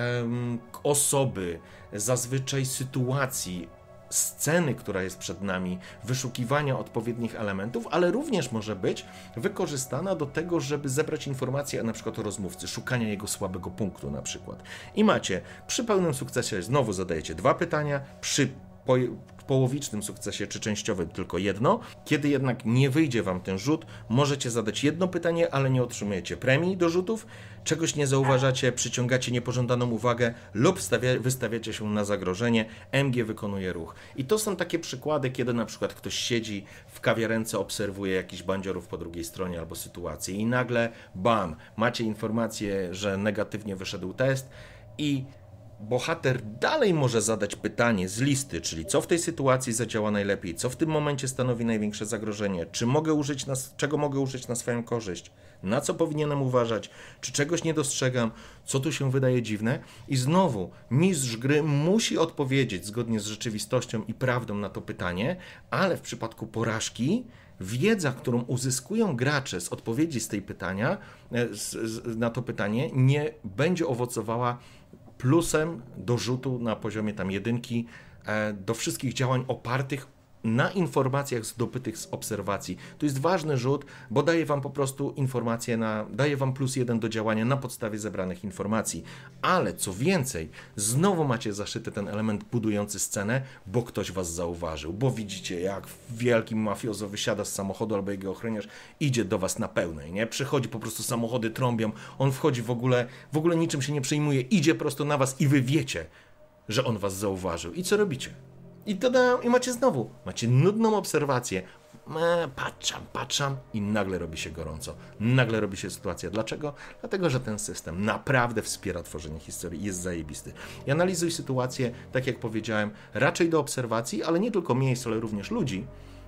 um, osoby, zazwyczaj sytuacji, sceny, która jest przed nami, wyszukiwania odpowiednich elementów, ale również może być wykorzystana do tego, żeby zebrać informacje na przykład o rozmówcy, szukania jego słabego punktu na przykład. I macie, przy pełnym sukcesie znowu zadajecie dwa pytania, przy po połowicznym sukcesie czy częściowym tylko jedno. Kiedy jednak nie wyjdzie wam ten rzut, możecie zadać jedno pytanie, ale nie otrzymujecie premii do rzutów, czegoś nie zauważacie, przyciągacie niepożądaną uwagę lub stawia, wystawiacie się na zagrożenie, M G wykonuje ruch. I to są takie przykłady, kiedy na przykład ktoś siedzi w kawiarence, obserwuje jakichś bandziorów po drugiej stronie albo sytuację i nagle bam, macie informację, że negatywnie wyszedł test i bohater dalej może zadać pytanie z listy, czyli co w tej sytuacji zadziała najlepiej, co w tym momencie stanowi największe zagrożenie, czy mogę użyć na, czego mogę użyć na swoją korzyść, na co powinienem uważać, czy czegoś nie dostrzegam, co tu się wydaje dziwne. I znowu mistrz gry musi odpowiedzieć zgodnie z rzeczywistością i prawdą na to pytanie, ale w przypadku porażki wiedza, którą uzyskują gracze z odpowiedzi z tej pytania, z, z, na to pytanie, nie będzie owocowała plusem do rzutu na poziomie tam jedynki do wszystkich działań opartych na informacjach zdobytych z obserwacji. To jest ważny rzut, bo daje wam po prostu informacje, na, daje wam plus jeden do działania na podstawie zebranych informacji. Ale co więcej, znowu macie zaszyty ten element budujący scenę, bo ktoś was zauważył, bo widzicie, jak wielki mafiozo wysiada z samochodu albo jego ochroniarz idzie do was na pełnej, nie? Przychodzi, po prostu samochody trąbią, on wchodzi w ogóle, w ogóle niczym się nie przejmuje, idzie prosto na was i wy wiecie, że on was zauważył. I co robicie? I, tada, I macie znowu, macie nudną obserwację. E, patrzam, patrzam i nagle robi się gorąco. Nagle robi się sytuacja. Dlaczego? Dlatego, że ten system naprawdę wspiera tworzenie historii i jest zajebisty. I analizuj sytuację, tak jak powiedziałem, raczej do obserwacji, ale nie tylko miejsc, ale również ludzi.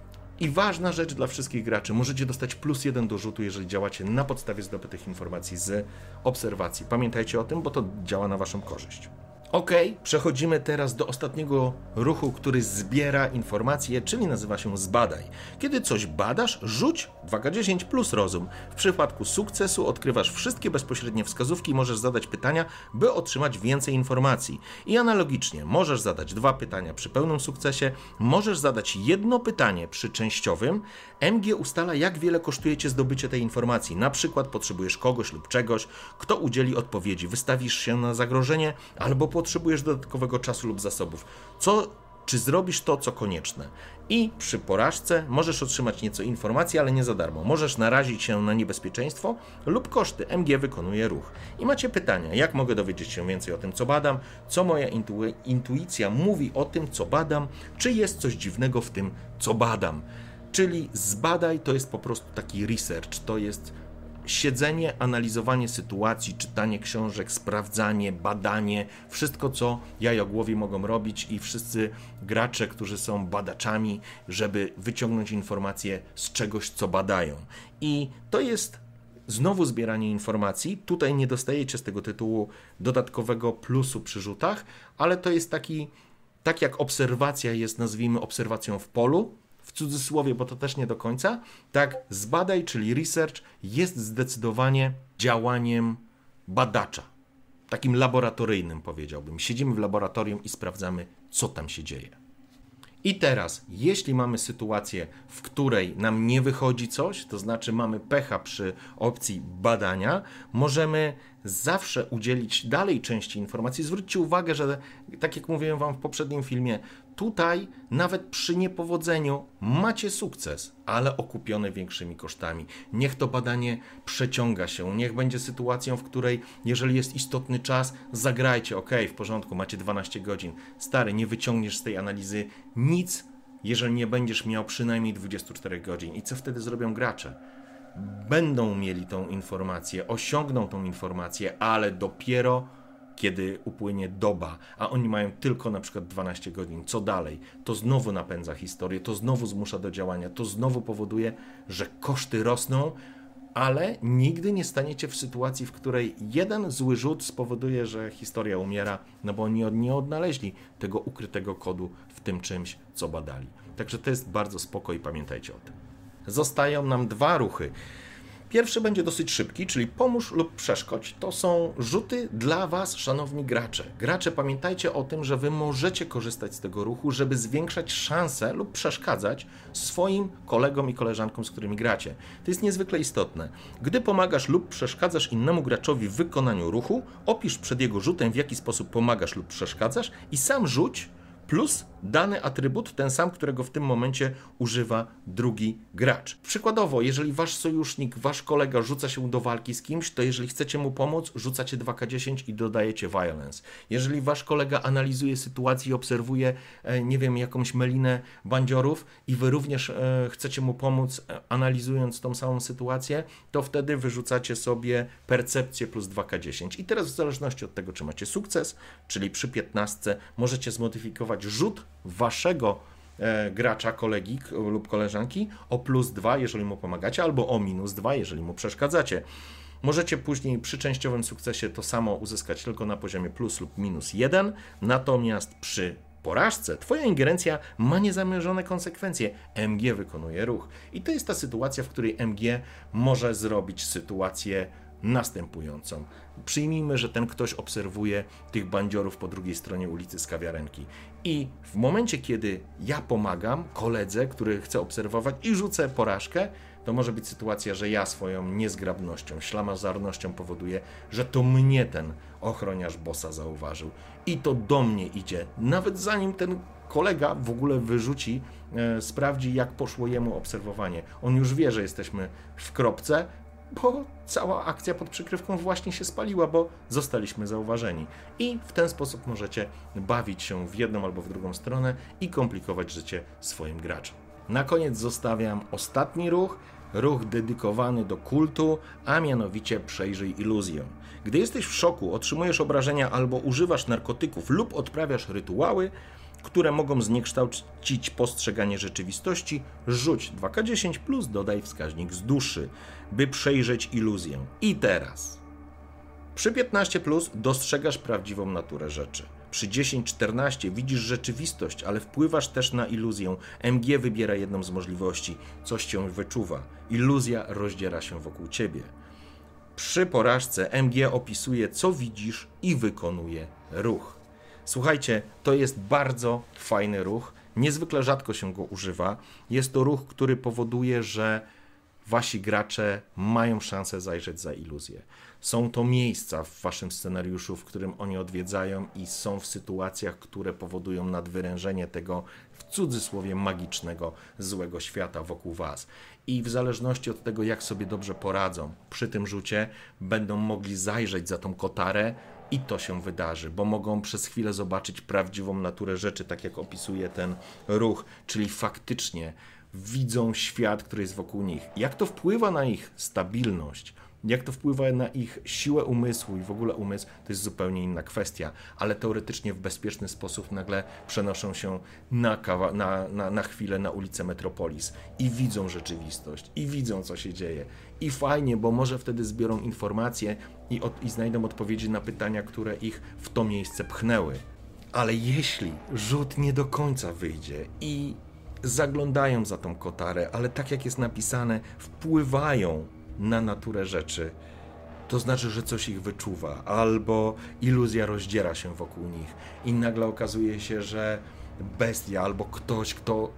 I ważna rzecz dla wszystkich graczy, możecie dostać plus jeden do rzutu, jeżeli działacie na podstawie zdobytych informacji z obserwacji. Pamiętajcie o tym, bo to działa na waszą korzyść. Ok, przechodzimy teraz do ostatniego ruchu, który zbiera informacje, czyli nazywa się zbadaj. Kiedy coś badasz, rzuć dwa K dziesięć plus rozum. W przypadku sukcesu odkrywasz wszystkie bezpośrednie wskazówki i możesz zadać pytania, by otrzymać więcej informacji. I analogicznie, możesz zadać dwa pytania przy pełnym sukcesie, możesz zadać jedno pytanie przy częściowym. M G ustala, jak wiele kosztuje cię zdobycie tej informacji. Na przykład potrzebujesz kogoś lub czegoś, kto udzieli odpowiedzi. Wystawisz się na zagrożenie albo potrzebujesz dodatkowego czasu lub zasobów. Co, czy zrobisz to, co konieczne? I przy porażce możesz otrzymać nieco informacji, ale nie za darmo. Możesz narazić się na niebezpieczeństwo lub koszty. M G wykonuje ruch. I macie pytania, jak mogę dowiedzieć się więcej o tym, co badam, co moja intu- intuicja mówi o tym, co badam, czy jest coś dziwnego w tym, co badam. Czyli zbadaj to jest po prostu taki research, to jest siedzenie, analizowanie sytuacji, czytanie książek, sprawdzanie, badanie, wszystko co jajogłowi mogą robić i wszyscy gracze, którzy są badaczami, żeby wyciągnąć informacje z czegoś, co badają. I to jest znowu zbieranie informacji. Tutaj nie dostajecie z tego tytułu dodatkowego plusu przy rzutach, ale to jest taki, tak jak obserwacja jest, nazwijmy, obserwacją w polu, w cudzysłowie, bo to też nie do końca, tak zbadaj, czyli research, jest zdecydowanie działaniem badacza. Takim laboratoryjnym, powiedziałbym. Siedzimy w laboratorium i sprawdzamy, co tam się dzieje. I teraz, jeśli mamy sytuację, w której nam nie wychodzi coś, to znaczy mamy pecha przy opcji badania, możemy zawsze udzielić dalej części informacji. Zwróćcie uwagę, że tak jak mówiłem wam w poprzednim filmie, tutaj nawet przy niepowodzeniu macie sukces, ale okupiony większymi kosztami. Niech to badanie przeciąga się, niech będzie sytuacją, w której jeżeli jest istotny czas, zagrajcie, ok, w porządku, macie dwanaście godzin. Stary, nie wyciągniesz z tej analizy nic, jeżeli nie będziesz miał przynajmniej dwadzieścia cztery godzin. I co wtedy zrobią gracze? Będą mieli tą informację, osiągną tą informację, ale dopiero kiedy upłynie doba, a oni mają tylko na przykład dwanaście godzin, co dalej? To znowu napędza historię, to znowu zmusza do działania, to znowu powoduje, że koszty rosną, ale nigdy nie staniecie w sytuacji, w której jeden zły rzut spowoduje, że historia umiera, no bo oni nie odnaleźli tego ukrytego kodu w tym czymś, co badali. Także to jest bardzo spoko i pamiętajcie o tym. Zostają nam dwa ruchy. Pierwszy będzie dosyć szybki, czyli pomóż lub przeszkodź. To są rzuty dla was, szanowni gracze. Gracze, pamiętajcie o tym, że wy możecie korzystać z tego ruchu, żeby zwiększać szanse lub przeszkadzać swoim kolegom i koleżankom, z którymi gracie. To jest niezwykle istotne. Gdy pomagasz lub przeszkadzasz innemu graczowi w wykonaniu ruchu, opisz przed jego rzutem, w jaki sposób pomagasz lub przeszkadzasz i sam rzuć plus dany atrybut, ten sam, którego w tym momencie używa drugi gracz. Przykładowo, jeżeli wasz sojusznik, wasz kolega rzuca się do walki z kimś, to jeżeli chcecie mu pomóc, rzucacie dwa K dziesięć i dodajecie violence. Jeżeli wasz kolega analizuje sytuację i obserwuje, nie wiem, jakąś melinę bandziorów i wy również chcecie mu pomóc, analizując tą samą sytuację, to wtedy wyrzucacie sobie percepcję plus dwa K dziesięć. I teraz w zależności od tego, czy macie sukces, czyli przy piętnastce możecie zmodyfikować rzut waszego e, gracza, kolegi lub koleżanki o plus dwa, jeżeli mu pomagacie, albo o minus dwa, jeżeli mu przeszkadzacie. Możecie później przy częściowym sukcesie to samo uzyskać tylko na poziomie plus lub minus jeden, natomiast przy porażce twoja ingerencja ma niezamierzone konsekwencje. M G wykonuje ruch. I to jest ta sytuacja, w której M G może zrobić sytuację następującą. Przyjmijmy, że ten ktoś obserwuje tych bandziorów po drugiej stronie ulicy z kawiarenki. I w momencie, kiedy ja pomagam koledze, który chce obserwować i rzucę porażkę, to może być sytuacja, że ja swoją niezgrabnością, ślamazarnością powoduję, że to mnie ten ochroniarz bossa zauważył. I to do mnie idzie. Nawet zanim ten kolega w ogóle wyrzuci, e, sprawdzi, jak poszło jemu obserwowanie. On już wie, że jesteśmy w kropce, bo cała akcja pod przykrywką właśnie się spaliła, bo zostaliśmy zauważeni. I w ten sposób możecie bawić się w jedną albo w drugą stronę i komplikować życie swoim graczom. Na koniec zostawiam ostatni ruch, ruch dedykowany do kultu, a mianowicie przejrzyj iluzję. Gdy jesteś w szoku, otrzymujesz obrażenia albo używasz narkotyków lub odprawiasz rytuały, które mogą zniekształcić postrzeganie rzeczywistości, rzuć dwa K dziesięć plus dodaj wskaźnik z duszy, by przejrzeć iluzję. I teraz przy piętnaście plus dostrzegasz prawdziwą naturę rzeczy. Przy dziesięć czternaście widzisz rzeczywistość, ale wpływasz też na iluzję. M G wybiera jedną z możliwości. Coś cię wyczuwa. Iluzja rozdziera się wokół ciebie. Przy porażce M G opisuje, co widzisz i wykonuje ruch. Słuchajcie, to jest bardzo fajny ruch. Niezwykle rzadko się go używa. Jest to ruch, który powoduje, że wasi gracze mają szansę zajrzeć za iluzję. Są to miejsca w waszym scenariuszu, w którym oni odwiedzają i są w sytuacjach, które powodują nadwyrężenie tego, w cudzysłowie, magicznego, złego świata wokół was. I w zależności od tego, jak sobie dobrze poradzą przy tym rzucie, będą mogli zajrzeć za tą kotarę i to się wydarzy, bo mogą przez chwilę zobaczyć prawdziwą naturę rzeczy, tak jak opisuje ten ruch, czyli faktycznie widzą świat, który jest wokół nich. Jak to wpływa na ich stabilność, jak to wpływa na ich siłę umysłu i w ogóle umysł, to jest zupełnie inna kwestia, ale teoretycznie w bezpieczny sposób nagle przenoszą się na, kawa- na, na, na chwilę na ulicę Metropolis i widzą rzeczywistość, i widzą, co się dzieje. I fajnie, bo może wtedy zbiorą informacje i, od, i znajdą odpowiedzi na pytania, które ich w to miejsce pchnęły. Ale jeśli rzut nie do końca wyjdzie i zaglądają za tą kotarę, ale tak jak jest napisane, wpływają na naturę rzeczy, to znaczy, że coś ich wyczuwa, albo iluzja rozdziera się wokół nich i nagle okazuje się, że bestia albo ktoś, kto...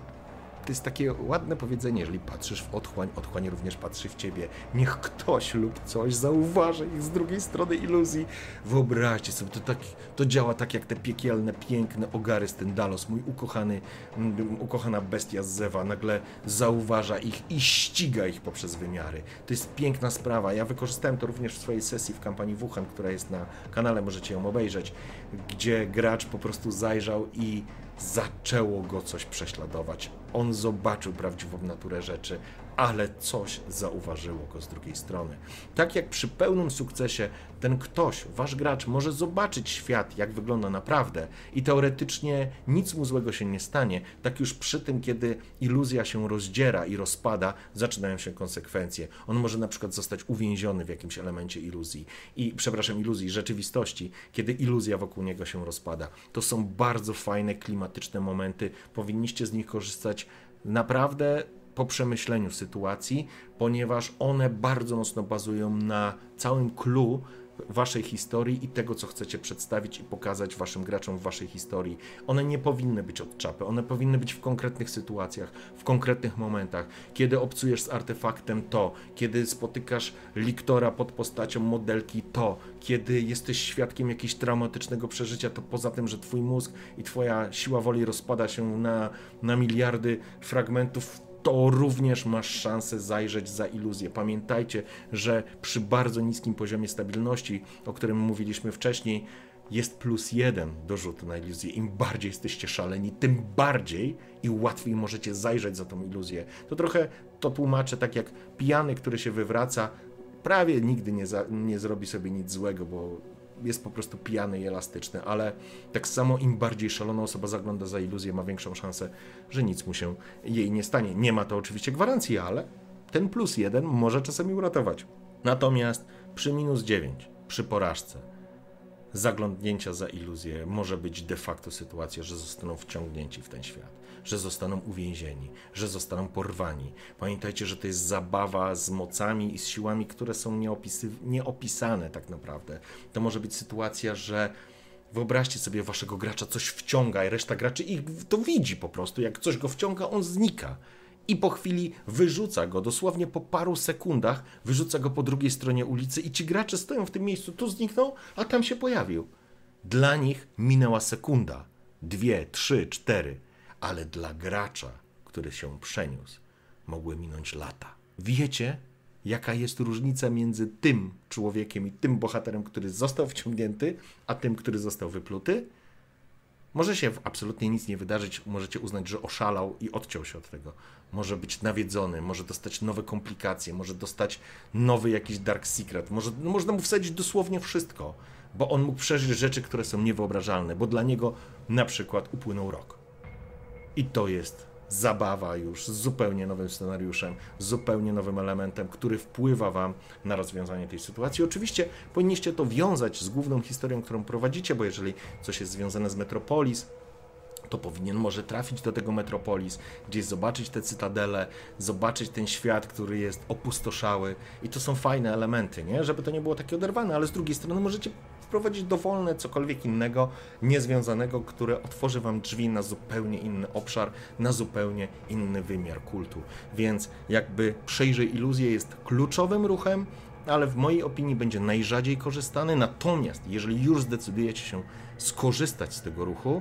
To jest takie ładne powiedzenie, jeżeli patrzysz w otchłań, otchłań również patrzy w ciebie. Niech ktoś lub coś zauważy ich z drugiej strony iluzji. Wyobraźcie sobie, to, tak, to działa tak jak te piekielne, piękne ogary z Tyndalos. Mój ukochany, ukochana bestia z Zewa nagle zauważa ich i ściga ich poprzez wymiary. To jest piękna sprawa. Ja wykorzystałem to również w swojej sesji w kampanii Wuhan, która jest na kanale, możecie ją obejrzeć, gdzie gracz po prostu zajrzał i zaczęło go coś prześladować. On zobaczył prawdziwą naturę rzeczy, ale coś zauważyło go z drugiej strony. Tak jak przy pełnym sukcesie ten ktoś, wasz gracz, może zobaczyć świat, jak wygląda naprawdę i teoretycznie nic mu złego się nie stanie, tak już przy tym, kiedy iluzja się rozdziera i rozpada, zaczynają się konsekwencje. On może na przykład zostać uwięziony w jakimś elemencie iluzji i, przepraszam, iluzji, rzeczywistości, kiedy iluzja wokół niego się rozpada. To są bardzo fajne, klimatyczne momenty. Powinniście z nich korzystać naprawdę po przemyśleniu sytuacji, ponieważ one bardzo mocno bazują na całym clue waszej historii i tego, co chcecie przedstawić i pokazać waszym graczom w waszej historii. One nie powinny być od czapy, one powinny być w konkretnych sytuacjach, w konkretnych momentach. Kiedy obcujesz z artefaktem, to. Kiedy spotykasz liktora pod postacią modelki, to. Kiedy jesteś świadkiem jakiegoś traumatycznego przeżycia, to poza tym, że twój mózg i twoja siła woli rozpada się na, na miliardy fragmentów, to również masz szansę zajrzeć za iluzję. Pamiętajcie, że przy bardzo niskim poziomie stabilności, o którym mówiliśmy wcześniej, jest plus jeden do rzutu na iluzję. Im bardziej jesteście szaleni, tym bardziej i łatwiej możecie zajrzeć za tą iluzję. To trochę to tłumaczę tak jak pijany, który się wywraca, prawie nigdy nie, za, nie zrobi sobie nic złego, bo jest po prostu pijany i elastyczny, ale tak samo im bardziej szalona osoba zagląda za iluzję, ma większą szansę, że nic mu się jej nie stanie. Nie ma to oczywiście gwarancji, ale ten plus jeden może czasami uratować. Natomiast przy minus dziewięć, przy porażce, zaglądnięcia za iluzję może być de facto sytuacja, że zostaną wciągnięci w ten świat, że zostaną uwięzieni, że zostaną porwani. Pamiętajcie, że to jest zabawa z mocami i z siłami, które są nieopisy, nieopisane tak naprawdę. To może być sytuacja, że wyobraźcie sobie, waszego gracza coś wciąga i reszta graczy ich to widzi po prostu. Jak coś go wciąga, on znika. I po chwili wyrzuca go, dosłownie po paru sekundach, wyrzuca go po drugiej stronie ulicy i ci gracze stoją w tym miejscu, tu zniknął, a tam się pojawił. Dla nich minęła sekunda, dwie, trzy, cztery, ale dla gracza, który się przeniósł, mogły minąć lata. Wiecie, jaka jest różnica między tym człowiekiem i tym bohaterem, który został wciągnięty, a tym, który został wypluty? Może się absolutnie nic nie wydarzyć, możecie uznać, że oszalał i odciął się od tego. Może być nawiedzony, może dostać nowe komplikacje, może dostać nowy jakiś dark secret, może, no można mu wsadzić dosłownie wszystko, bo on mógł przeżyć rzeczy, które są niewyobrażalne, bo dla niego na przykład upłynął rok. I to jest zabawa już z zupełnie nowym scenariuszem, z zupełnie nowym elementem, który wpływa wam na rozwiązanie tej sytuacji. Oczywiście powinniście to wiązać z główną historią, którą prowadzicie, bo jeżeli coś jest związane z Metropolis, to powinien może trafić do tego Metropolis, gdzieś zobaczyć te cytadele, zobaczyć ten świat, który jest opustoszały i to są fajne elementy, nie? Żeby to nie było takie oderwane, ale z drugiej strony możecie wprowadzić dowolne cokolwiek innego, niezwiązanego, które otworzy wam drzwi na zupełnie inny obszar, na zupełnie inny wymiar kultu. Więc jakby Przejrzyj iluzję jest kluczowym ruchem, ale w mojej opinii będzie najrzadziej korzystany, natomiast jeżeli już zdecydujecie się skorzystać z tego ruchu,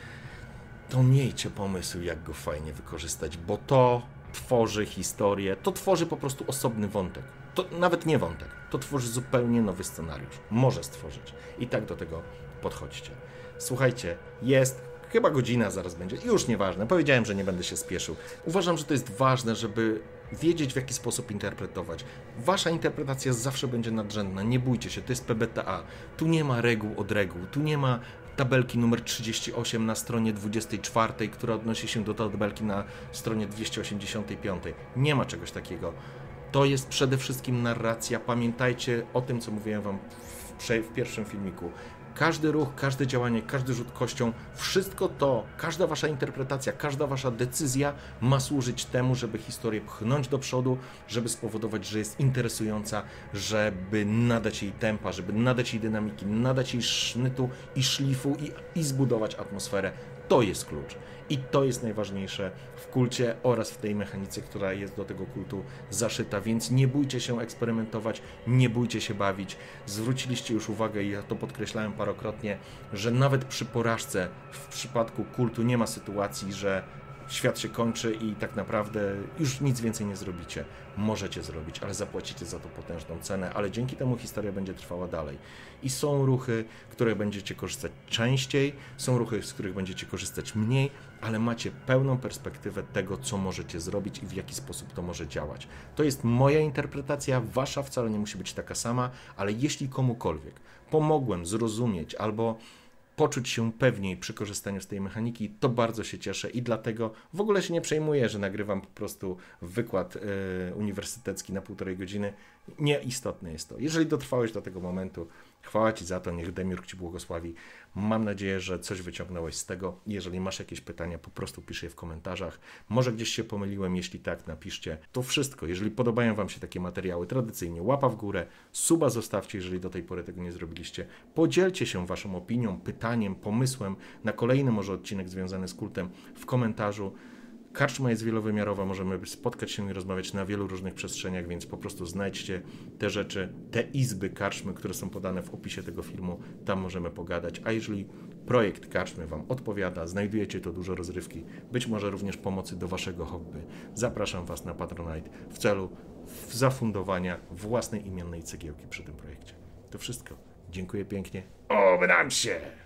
to miejcie pomysł, jak go fajnie wykorzystać, bo to tworzy historię, to tworzy po prostu osobny wątek. To nawet nie wątek, to tworzy zupełnie nowy scenariusz. Może stworzyć. I tak do tego podchodźcie. Słuchajcie, jest chyba godzina zaraz będzie, już nieważne, powiedziałem, że nie będę się spieszył. Uważam, że to jest ważne, żeby wiedzieć, w jaki sposób interpretować. Wasza interpretacja zawsze będzie nadrzędna, nie bójcie się, to jest P B T A. Tu nie ma reguł od reguł, tu nie ma tabelki numer trzydzieści osiem na stronie dwudziestej czwartej, która odnosi się do tabelki na stronie dwieście osiemdziesiątej piątej. Nie ma czegoś takiego. To jest przede wszystkim narracja. Pamiętajcie o tym, co mówiłem wam w, w pierwszym filmiku. Każdy ruch, każde działanie, każdy rzut kością, wszystko to, każda wasza interpretacja, każda wasza decyzja ma służyć temu, żeby historię pchnąć do przodu, żeby spowodować, że jest interesująca, żeby nadać jej tempa, żeby nadać jej dynamiki, nadać jej sznytu i szlifu i, i zbudować atmosferę. To jest klucz. I to jest najważniejsze w kulcie oraz w tej mechanice, która jest do tego kultu zaszyta, więc nie bójcie się eksperymentować, nie bójcie się bawić. Zwróciliście już uwagę, i ja to podkreślałem parokrotnie, że nawet przy porażce w przypadku kultu nie ma sytuacji, że świat się kończy i tak naprawdę już nic więcej nie zrobicie. Możecie zrobić, ale zapłacicie za to potężną cenę, ale dzięki temu historia będzie trwała dalej. I są ruchy, które będziecie korzystać częściej, są ruchy, z których będziecie korzystać mniej, ale macie pełną perspektywę tego, co możecie zrobić i w jaki sposób to może działać. To jest moja interpretacja, wasza wcale nie musi być taka sama, ale jeśli komukolwiek pomogłem zrozumieć albo poczuć się pewniej przy korzystaniu z tej mechaniki, to bardzo się cieszę i dlatego w ogóle się nie przejmuję, że nagrywam po prostu wykład y, uniwersytecki na półtorej godziny. Nieistotne jest to. Jeżeli dotrwałeś do tego momentu, chwała Ci za to, niech Demiurg Ci błogosławi. Mam nadzieję, że coś wyciągnąłeś z tego. Jeżeli masz jakieś pytania, po prostu pisz je w komentarzach. Może gdzieś się pomyliłem, jeśli tak, napiszcie. To wszystko. Jeżeli podobają Wam się takie materiały, tradycyjnie łapa w górę, suba zostawcie, jeżeli do tej pory tego nie zrobiliście. Podzielcie się Waszą opinią, pytaniem, pomysłem na kolejny może odcinek związany z kultem w komentarzu. Karczma jest wielowymiarowa, możemy spotkać się i rozmawiać na wielu różnych przestrzeniach, więc po prostu znajdźcie te rzeczy, te izby karczmy, które są podane w opisie tego filmu, tam możemy pogadać. A jeżeli projekt karczmy Wam odpowiada, znajdujecie to dużo rozrywki, być może również pomocy do Waszego hobby, zapraszam Was na Patronite w celu zafundowania własnej imiennej cegiełki przy tym projekcie. To wszystko. Dziękuję pięknie. Oby nam się!